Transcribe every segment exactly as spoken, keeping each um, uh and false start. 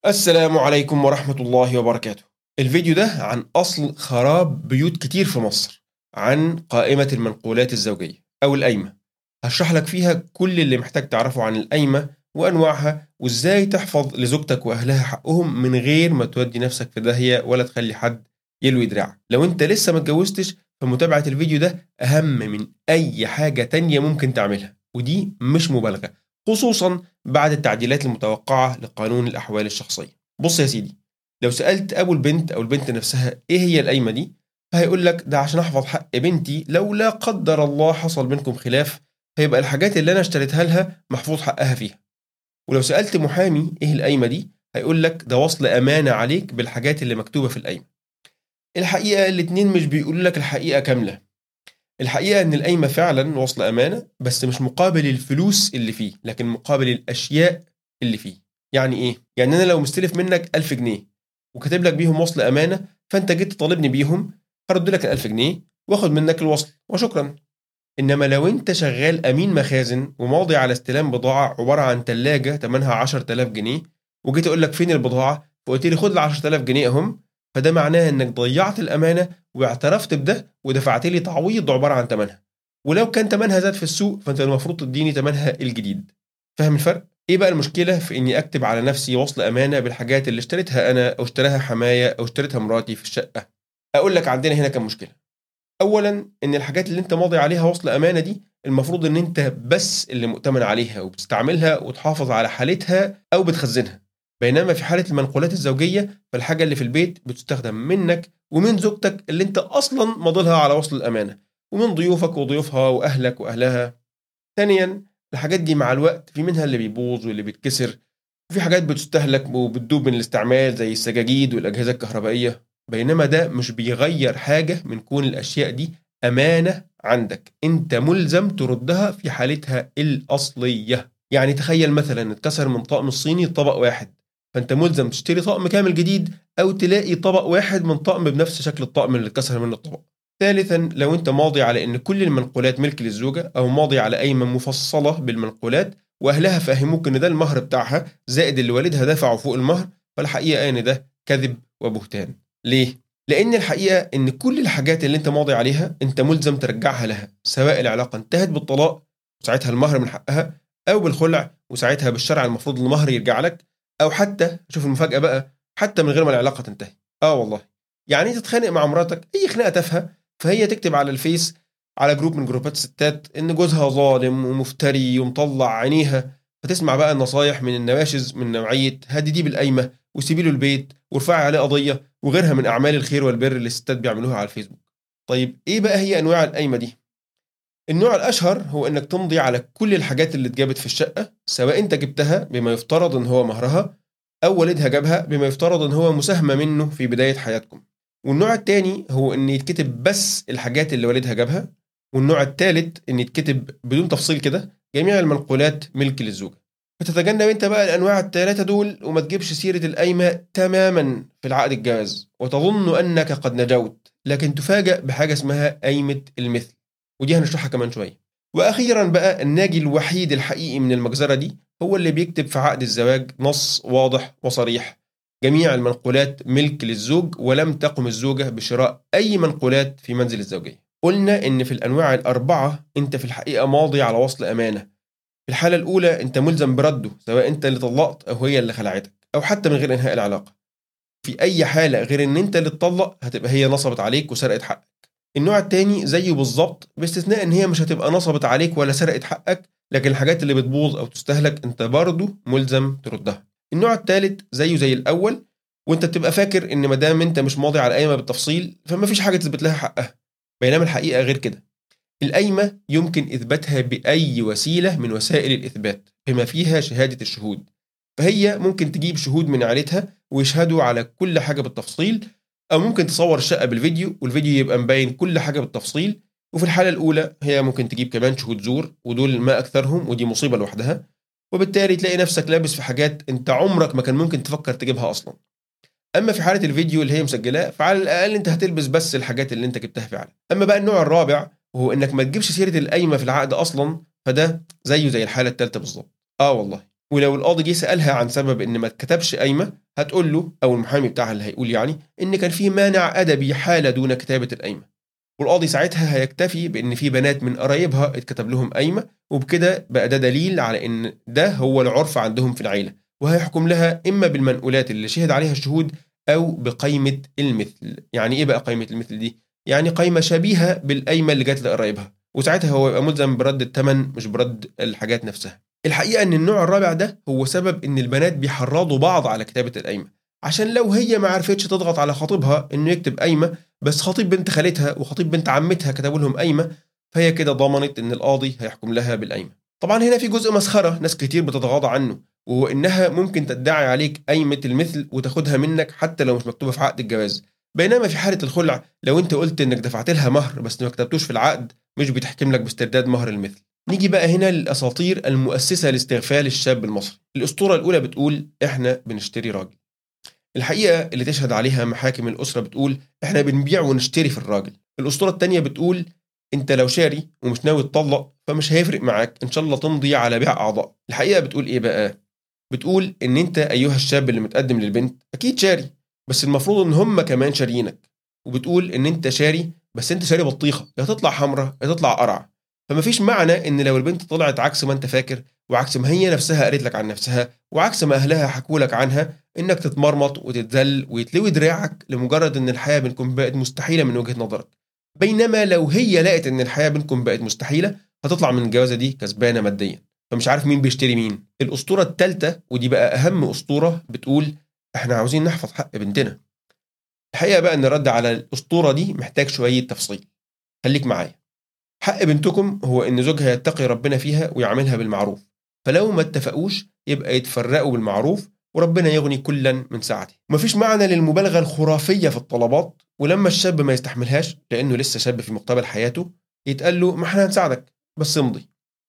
السلام عليكم ورحمة الله وبركاته. الفيديو ده عن أصل خراب بيوت كتير في مصر، عن قائمة المنقولات الزوجية أو القايمة. هشرح لك فيها كل اللي محتاج تعرفه عن القايمة وأنواعها، وإزاي تحفظ لزوجتك وأهلها حقهم من غير ما تودي نفسك في داهية ولا تخلي حد يلوي دراعك. لو أنت لسه ما اتجوزتش فمتابعة الفيديو ده أهم من أي حاجة تانية ممكن تعملها، ودي مش مبالغة، خصوصا بعد التعديلات المتوقعة لقانون الأحوال الشخصية. بص يا سيدي، لو سألت أبو البنت أو البنت نفسها إيه هي القايمة دي، فهيقول لك ده عشان أحفظ حق بنتي لو لا قدر الله حصل بينكم خلاف، فيبقى الحاجات اللي أنا اشتريتها لها محفوظ حقها فيها. ولو سألت محامي إيه القايمة دي، هيقول لك ده وصل أمانة عليك بالحاجات اللي مكتوبة في القايمة. الحقيقة الاتنين مش بيقولوا لك الحقيقة كاملة. الحقيقة إن القايمة فعلا وصل أمانة، بس مش مقابل الفلوس اللي فيه، لكن مقابل الأشياء اللي فيه. يعني إيه؟ يعني أنا لو مستلف منك ألف جنيه وكاتب لك بيهم وصل أمانة، فأنت جيت تطالبني بيهم، هرد لك الألف جنيه وآخد منك الوصل وشكرا. إنما لو أنت شغال أمين مخازن وماضي على استلام بضاعة عبارة عن تلاجة تمنها عشرة آلاف جنيه، وجيت أقول لك فين البضاعة، فقلت لي خد ال عشرة آلاف جنيه أهم، فده معناه إنك ضيعت الأمانة واعترفت بده ودفعت لي تعويض عبارة عن تمنها. ولو كان تمنها زاد في السوق فأنت المفروض تديني تمنها الجديد. فاهم الفرق؟ إيه بقى المشكلة في إني أكتب على نفسي وصل أمانة بالحاجات اللي اشتريتها أنا أو اشتراها حماية أو اشتريتها مراتي في الشقة؟ أقول لك عندنا هنا كم مشكلة. أولا، إن الحاجات اللي أنت ماضي عليها وصل أمانة دي المفروض إن أنت بس اللي مؤتمن عليها وبتستعملها وتحافظ على حالتها أو بتخزنها. بينما في حالة المنقولات الزوجية فالحاجة اللي في البيت بتستخدم منك ومن زوجتك اللي أنت أصلا ماضلها على وصل الأمانة، ومن ضيوفك وضيوفها وأهلك وأهلها. ثانيا، الحاجات دي مع الوقت في منها اللي بيبوظ واللي بيتكسر، وفي حاجات بتستهلك وبتدوب من الاستعمال زي السجاجيد والأجهزة الكهربائية. بينما ده مش بيغير حاجة من كون الأشياء دي أمانة عندك، أنت ملزم تردها في حالتها الأصلية. يعني تخيل مثلا اتكسر من طقم الصيني طبق واحد، فأنت ملزم تشتري طقم كامل جديد، أو تلاقي طبق واحد من طقم بنفس شكل الطقم اللي اتكسر منه الطبق. ثالثا، لو انت ماضي على ان كل المنقولات ملك للزوجة، او ماضي على قايمة مفصلة بالمنقولات واهلها فهموك ان ده المهر بتاعها زائد اللي والدها دفعه فوق المهر، فالحقيقة ان ده كذب وبهتان. ليه؟ لان الحقيقة ان كل الحاجات اللي انت ماضي عليها انت ملزم ترجعها لها، سواء العلاقة انتهت بالطلاق وساعتها المهر من حقها، او بالخلع وساعتها بالشرع المفروض المهر يرجع لك، او حتى شوف المفاجأة بقى، حتى من غير ما العلاقة تنتهي. اه والله، يعني تتخانق مع مراتك اي خناقة تافهة، فهي تكتب على الفيس على جروب من جروبات الستات ان جوزها ظالم ومفتري ومطلع عينيها، فتسمع بقى النصايح من النواشز من نوعيه هدديه بالقايمه وسيبي له البيت وارفعي عليه قضيه وغيرها من اعمال الخير والبر اللي الستات بيعملوها على الفيسبوك. طيب ايه بقى هي انواع القايمه دي؟ النوع الاشهر هو انك تمضي على كل الحاجات اللي اتجابت في الشقه، سواء انت جبتها بما يفترض ان هو مهرها، او والدها جابها بما يفترض ان هو مساهمه منه في بدايه حياتكم. والنوع التاني هو ان يتكتب بس الحاجات اللي والدها جابها. والنوع التالت ان يتكتب بدون تفصيل كده جميع المنقولات ملك للزوجه. فتتجنب انت بقى الانواع الثلاثه دول وما تجيبش سيره القايمه تماما في العقد الجواز وتظن انك قد نجوت، لكن تفاجأ بحاجه اسمها قايمه المثل، ودي هنشرحها كمان شويه. واخيرا بقى، الناجي الوحيد الحقيقي من المجزره دي هو اللي بيكتب في عقد الزواج نص واضح وصريح: جميع المنقولات ملك للزوج، ولم تقم الزوجة بشراء أي منقولات في منزل الزوجية. قلنا إن في الأنواع الأربعة أنت في الحقيقة ماضي على وصل أمانة. في الحالة الأولى أنت ملزم برده، سواء أنت اللي طلقت أو هي اللي خلعتك، أو حتى من غير إنهاء العلاقة. في أي حالة غير إن أنت اللي تطلق هتبقى هي نصبت عليك وسرقت حقك. النوع التاني زيه بالظبط، باستثناء إن هي مش هتبقى نصبت عليك ولا سرقت حقك، لكن الحاجات اللي بتبوظ أو تستهلك أنت برضه ملزم تردها. النوع التالت زيه زي الأول، وأنت بتبقى فاكر إن مادام أنت مش ماضي على القايمة بالتفصيل فما فيش حاجة تثبت لها حقها، بينما الحقيقة غير كده. القايمة يمكن إثباتها بأي وسيلة من وسائل الإثبات بما فيها شهادة الشهود، فهي ممكن تجيب شهود من عيلتها ويشهدوا على كل حاجة بالتفصيل، أو ممكن تصور الشقة بالفيديو والفيديو يبقى مبين كل حاجة بالتفصيل. وفي الحالة الأولى هي ممكن تجيب كمان شهود زور، ودول ما أكثرهم، ودي مصيبة لوحدها، وبالتالي تلاقي نفسك لابس في حاجات أنت عمرك ما كان ممكن تفكر تجيبها أصلا. أما في حالة الفيديو اللي هي مسجلاه فعلى الأقل أنت هتلبس بس الحاجات اللي أنت جبتها فعلا. أما بقى النوع الرابع وهو إنك ما تجيبش سيرة القايمة في العقد أصلا، فده زيه زي الحالة الثالثة بالظبط. آه والله، ولو القاضي جه سألها عن سبب إن ما اتكتبش قايمة، هتقول له أو المحامي بتاعها اللي هيقول يعني إن كان في مانع أدبي حال دون كتابة القايمة، والقاضي ساعتها هيكتفي بإن في بنات من قرايبها اتكتب لهم قايمة، وبكده بقى ده دليل على إن ده هو العرف عندهم في العيلة، وهيحكم لها إما بالمنقولات اللي شهد عليها الشهود أو بقايمة المثل. يعني إيه بقى قايمة المثل دي؟ يعني قايمة شبيهة بالقايمة اللي جات لقرايبها، وساعتها هو يبقى ملزم برد الثمن مش برد الحاجات نفسها. الحقيقة إن النوع الرابع ده هو سبب إن البنات بيحرضوا بعض على كتابة القايمة، عشان لو هي ما عرفتش تضغط على خطيبها إنه يكتب قايمة، بس خطيب بنت خالتها وخطيب بنت عمتها كتبوا لهم قايمة، فهي كده ضمنت إن القاضي هيحكم لها بالقايمة. طبعا هنا في جزء مسخرة ناس كتير بتتغاضى عنه، وهو إنها ممكن تدعي عليك قايمة المثل وتاخدها منك حتى لو مش مكتوبة في عقد الجواز، بينما في حالة الخلع لو أنت قلت إنك دفعت لها مهر بس ما كتبتوش في العقد، مش بتحكم لك باسترداد مهر المثل. نيجي بقى هنا للأساطير المؤسسة لاستغفال الشاب المصري. الأسطورة الأولى بتقول إحنا بنشتري راجل. الحقيقة اللي تشهد عليها محاكم الأسرة بتقول إحنا بنبيع ونشتري في الراجل. الأسطورة التانية بتقول أنت لو شاري ومش ناوي تطلق فمش هيفرق معاك، إن شاء الله تمضي على بيع أعضاء. الحقيقة بتقول إيه بقى؟ بتقول إن أنت أيها الشاب اللي متقدم للبنت أكيد شاري، بس المفروض إن هم كمان شاريينك. وبتقول إن أنت شاري، بس أنت شاري بطيخة، يا تطلع حمرا يا تطلع قرع. فمفيش معنى إن لو البنت طلعت عكس ما أنت فاكر، وعكس ما هي نفسها قالت لك عن نفسها، وعكس ما أهلها حكوا لك عنها، إنك تتمرمط وتتذل ويتلوي دراعك لمجرد إن الحياة بينكم بقت مستحيلة من وجهة نظرك. بينما لو هي لقت إن الحياة بينكم بقت مستحيلة، هتطلع من الجوازة دي كسبانة ماديا. فمش عارف مين بيشتري مين. الأسطورة الثالثة ودي بقى أهم أسطورة بتقول إحنا عاوزين نحفظ حق بنتنا. الحقيقة بقى إن الرد على الأسطورة دي محتاج شوية تفصيل، خليك معايا. حق بنتكم هو إن زوجها يتقي ربنا فيها ويعملها بالمعروف، فلو ما اتفقوش يبقى يتفرقوا بالمعروف وربنا يغني كلا من سعته. ومفيش معنى للمبالغة الخرافية في الطلبات، ولما الشاب ما يستحملهاش لأنه لسه شاب في مقتبل حياته يتقال له ما احنا هنساعدك بس امضي.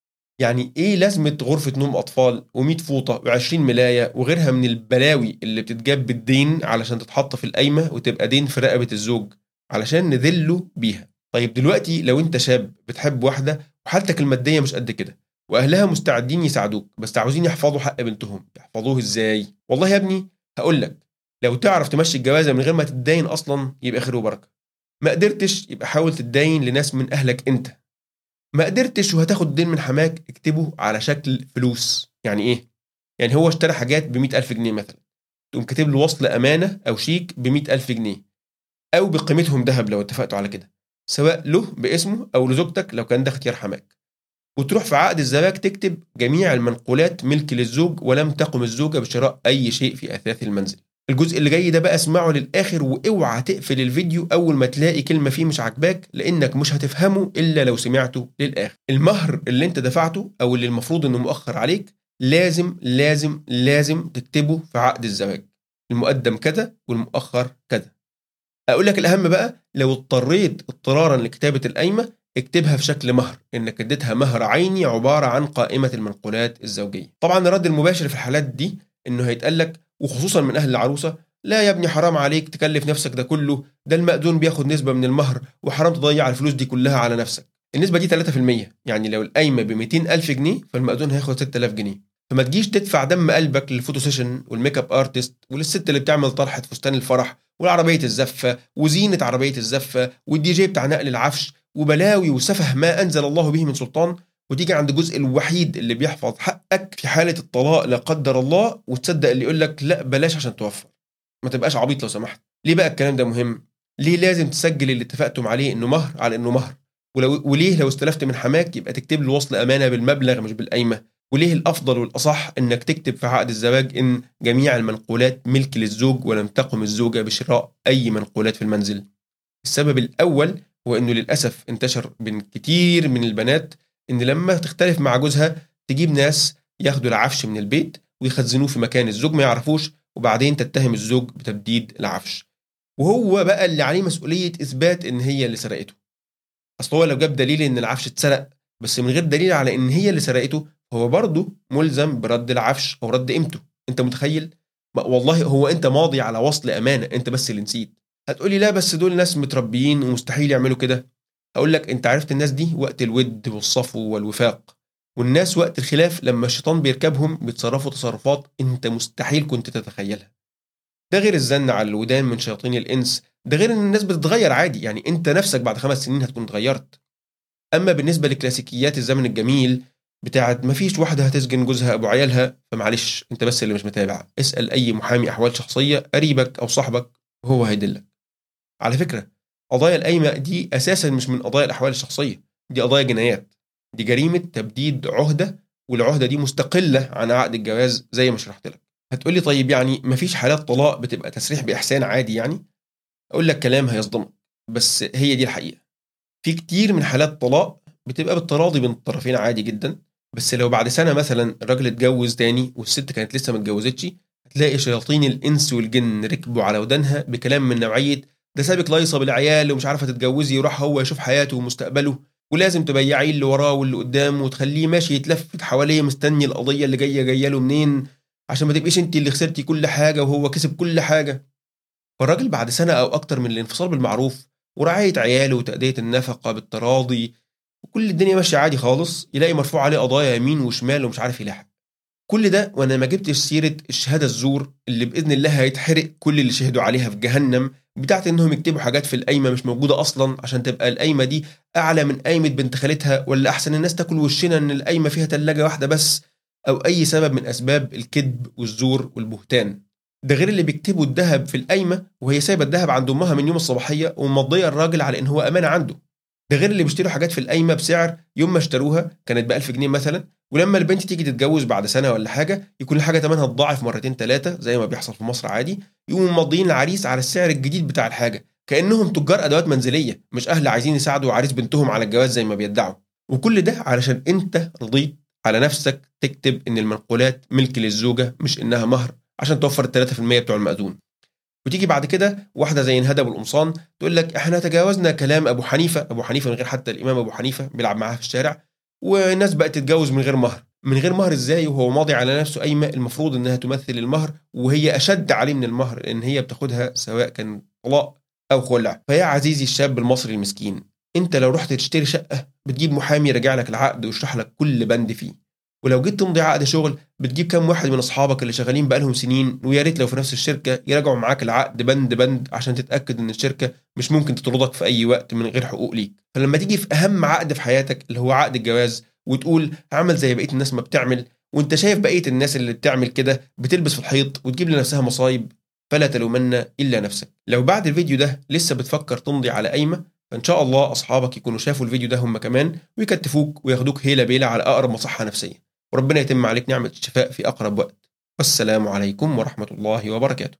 يعني ايه لازمة غرفة نوم أطفال ومية فوطة وعشرين ملاية وغيرها من البلاوي اللي بتتجاب بالدين علشان تتحط في القايمة وتبقى دين في رقبة الزوج علشان نذله بيها؟ طيب دلوقتي لو انت شاب بتحب واحدة وحالتك المادية مش قد كده وأهلها مستعدين يساعدوك بس عاوزين يحفظوا حق بنتهم، يحفظوه ازاي؟ والله يا ابني هقولك، لو تعرف تمشي الجوازة من غير ما تتدين أصلا يبقى خير وبركة. ما قدرتش يبقى حاول تتدين لناس من أهلك انت. ما قدرتش وهتاخد دين من حماك اكتبه على شكل فلوس. يعني ايه؟ يعني هو اشترى حاجات بمئة ألف جنيه مثلا، تقوم كاتب له وصل أمانة أو شيك بمئة ألف جنيه أو بقيمتهم ذهب لو اتفقتوا على كده، سواء له باسمه أو لزوجتك لو كان ده اختيار حماك، وتروح في عقد الزواج تكتب جميع المنقولات ملك للزوج ولم تقم الزوجة بشراء أي شيء في أثاث المنزل. الجزء اللي جاي ده بقى اسمعه للآخر واوعى تقفل الفيديو أول ما تلاقي كلمة فيه مش عاجباك، لأنك مش هتفهمه إلا لو سمعته للآخر. المهر اللي انت دفعته أو اللي المفروض إنه مؤخر عليك لازم لازم لازم تكتبه في عقد الزواج، المقدم كذا والمؤخر كذا. أقول لك الأهم بقى، لو اضطريت اضطرارا لكتابة القايمة اكتبها في شكل مهر، انك اديتها مهر عيني عبارة عن قائمة المنقولات الزوجية. طبعا الرد المباشر في الحالات دي انه هيتقال لك وخصوصا من اهل العروسة، لا يا ابني حرام عليك تكلف نفسك ده كله، ده المأذون بياخد نسبة من المهر وحرام تضيع الفلوس دي كلها على نفسك. النسبة دي ثلاثة في المية، يعني لو القايمة ب مئتين ألف جنيه فالمأذون هياخد ستة آلاف جنيه. فما تجيش تدفع دم قلبك للفوتو سيشن والميك اب ارتست وللست اللي بتعمل طرحة فستان الفرح والعربية الزفة وزينة عربية الزفة والدي جي بتاع نقل العفش وبلاوي وسفه ما أنزل الله به من سلطان، وتيجي عند الجزء الوحيد اللي بيحفظ حقك في حالة الطلاق لا قدر الله وتصدق اللي يقول لك لا بلاش عشان توفر. ما تبقاش عبيط لو سمحت. ليه بقى الكلام ده مهم؟ ليه لازم تسجل اللي اتفقتم عليه انه مهر على انه مهر؟ ولو وليه لو استلفت من حماك يبقى تكتب له وصل امانه بالمبلغ مش بالقايمه؟ وليه الافضل والاصح انك تكتب في عقد الزواج ان جميع المنقولات ملك للزوج ولم تقم الزوجه بشراء اي منقولات في المنزل؟ السبب الاول هو انه للاسف انتشر بين كتير من البنات ان لما تختلف مع جوزها تجيب ناس ياخدوا العفش من البيت ويخزنوه في مكان الزوج ما يعرفوش، وبعدين تتهم الزوج بتبديد العفش، وهو بقى اللي عليه مسؤولية إثبات إن هي اللي سرقته. أصل هو لو جاب دليل إن العفش اتسرق بس من غير دليل على إن هي اللي سرقته، هو برضه ملزم برد العفش أو رد قيمته. أنت متخيل؟ والله هو أنت ماضي على وصل أمانة، أنت بس اللي نسيت. هتقولي لا بس دول ناس متربيين ومستحيل يعملوا كده. هقول لك أنت عرفت الناس دي وقت الود والصفو والوفاق، والناس وقت الخلاف لما الشيطان بيركبهم بيتصرفوا تصرفات انت مستحيل كنت تتخيلها. ده غير الزن على الودان من شياطين الإنس، ده غير إن الناس بتتغير عادي، يعني أنت نفسك بعد خمس سنين هتكون اتغيرت. أما بالنسبة لكلاسيكيات الزمن الجميل بتاعت مفيش واحدة هتسجن جوزها أبو عيالها، فمعلش أنت بس اللي مش متابع. اسأل أي محامي أحوال شخصية قريبك أو صاحبك وهو هيدلك. على فكرة، قضايا القايمة دي أساسا مش من قضايا الأحوال الشخصية، دي قضايا جنايات، دي جريمة تبديد عهدة، والعهدة دي مستقلة عن عقد الجواز زي ما شرحت لك. هتقولي طيب يعني مفيش حالات طلاق بتبقى تسريح بإحسان عادي يعني؟ أقول لك كلام هيصدمك، بس هي دي الحقيقة. في كتير من حالات طلاق بتبقى بالتراضي بين الطرفين عادي جدا، بس لو بعد سنة مثلا الراجل اتجوز تاني والست كانت لسه ما اتجوزتش، هتلاقي شياطين الإنس والجن ركبوا على ودانها بكلام من نوعية ده سابك لايصة بالعيال ومش عارفة تتجوزي، وراح هو يشوف حياته ومستقبله، ولازم تبيعيه اللي وراه واللي قدامه وتخليه ماشي يتلفت حواليه مستني القضية اللي جاية جاية له منين، عشان ما تبقيش انت اللي خسرتي كل حاجة وهو كسب كل حاجة. فالراجل بعد سنة أو أكتر من الانفصال بالمعروف ورعاية عياله وتأدية النفقة بالتراضي وكل الدنيا ماشية عادي خالص، يلاقي مرفوع عليه قضايا يمين وشمال ومش عارف يلاحق. كل ده وأنا ما جبتش سيرة الشهادة الزور اللي بإذن الله هيتحرق كل اللي شهدوا عليها في جهنم، بتاعت إنهم يكتبوا حاجات في القايمة مش موجودة أصلا عشان تبقى القايمة دي أعلى من قايمة بنت خالتها، ولا أحسن الناس تاكل وشنا إن القايمة فيها تلاجة واحدة بس، أو أي سبب من أسباب الكذب والزور والبهتان. ده غير اللي بيكتبوا الذهب في القايمة وهي سايبة الذهب عند أمها من يوم الصباحية ومضية الراجل على إن هو أمانة عنده. ده غير اللي بيشتروا حاجات في القايمة بسعر يوم ما اشتروها كانت ب ألف جنيه مثلا، ولما البنت تيجي تتجوز بعد سنة ولا حاجة يكون الحاجة تمنها اتضاعف مرتين ثلاثة زي ما بيحصل في مصر عادي، يقوموا مضيين العريس على السعر الجديد بتاع الحاجة كأنهم تجار أدوات منزلية مش أهل عايزين يساعدوا عريس بنتهم على الجواز زي ما بيدعوا. وكل ده علشان أنت رضيت على نفسك تكتب إن المنقولات ملك للزوجة مش إنها مهر عشان توفر ال ثلاثة في المية بتوع المأذون. وتيجي بعد كده واحدة زي نهاد أبو القمصان تقول لك احنا تجاوزنا كلام أبو حنيفة، أبو حنيفة من غير حتى الإمام أبو حنيفة بيلعب معاها في الشارع، والناس بقت تتجوز من غير مهر. من غير مهر ازاي وهو ماضي على نفسه قايمة المفروض انها تمثل المهر، وهي اشد عليه من المهر لان هي بتاخدها سواء كان طلاق او خلع. فيا عزيزي الشاب المصري المسكين، انت لو رحت تشتري شقة بتجيب محامي يراجع لك العقد ويشرح لك كل بند فيه، ولو جيت تمضي عقد شغل بتجيب كام واحد من اصحابك اللي شغالين بقالهم سنين ويا ريت لو في نفس الشركة يراجعوا معاك العقد بند بند عشان تتأكد ان الشركة مش ممكن تطردك في اي وقت من غير حقوق ليك. فلما تيجي في اهم عقد في حياتك اللي هو عقد الجواز وتقول هعمل زي بقية الناس ما بتعمل، وانت شايف بقية الناس اللي بتعمل كده بتلبس في الحيط وتجيب لنفسها مصايب، فلا تلومن إلا نفسك. لو بعد الفيديو ده لسه بتفكر تمضي على قايمة، فإن شاء الله أصحابك يكونوا شافوا الفيديو ده هم كمان ويكتفوك وياخدوك هيلة بيلة على أقرب مصحة نفسية، وربنا يتم عليك نعمة الشفاء في أقرب وقت. والسلام عليكم ورحمة الله وبركاته.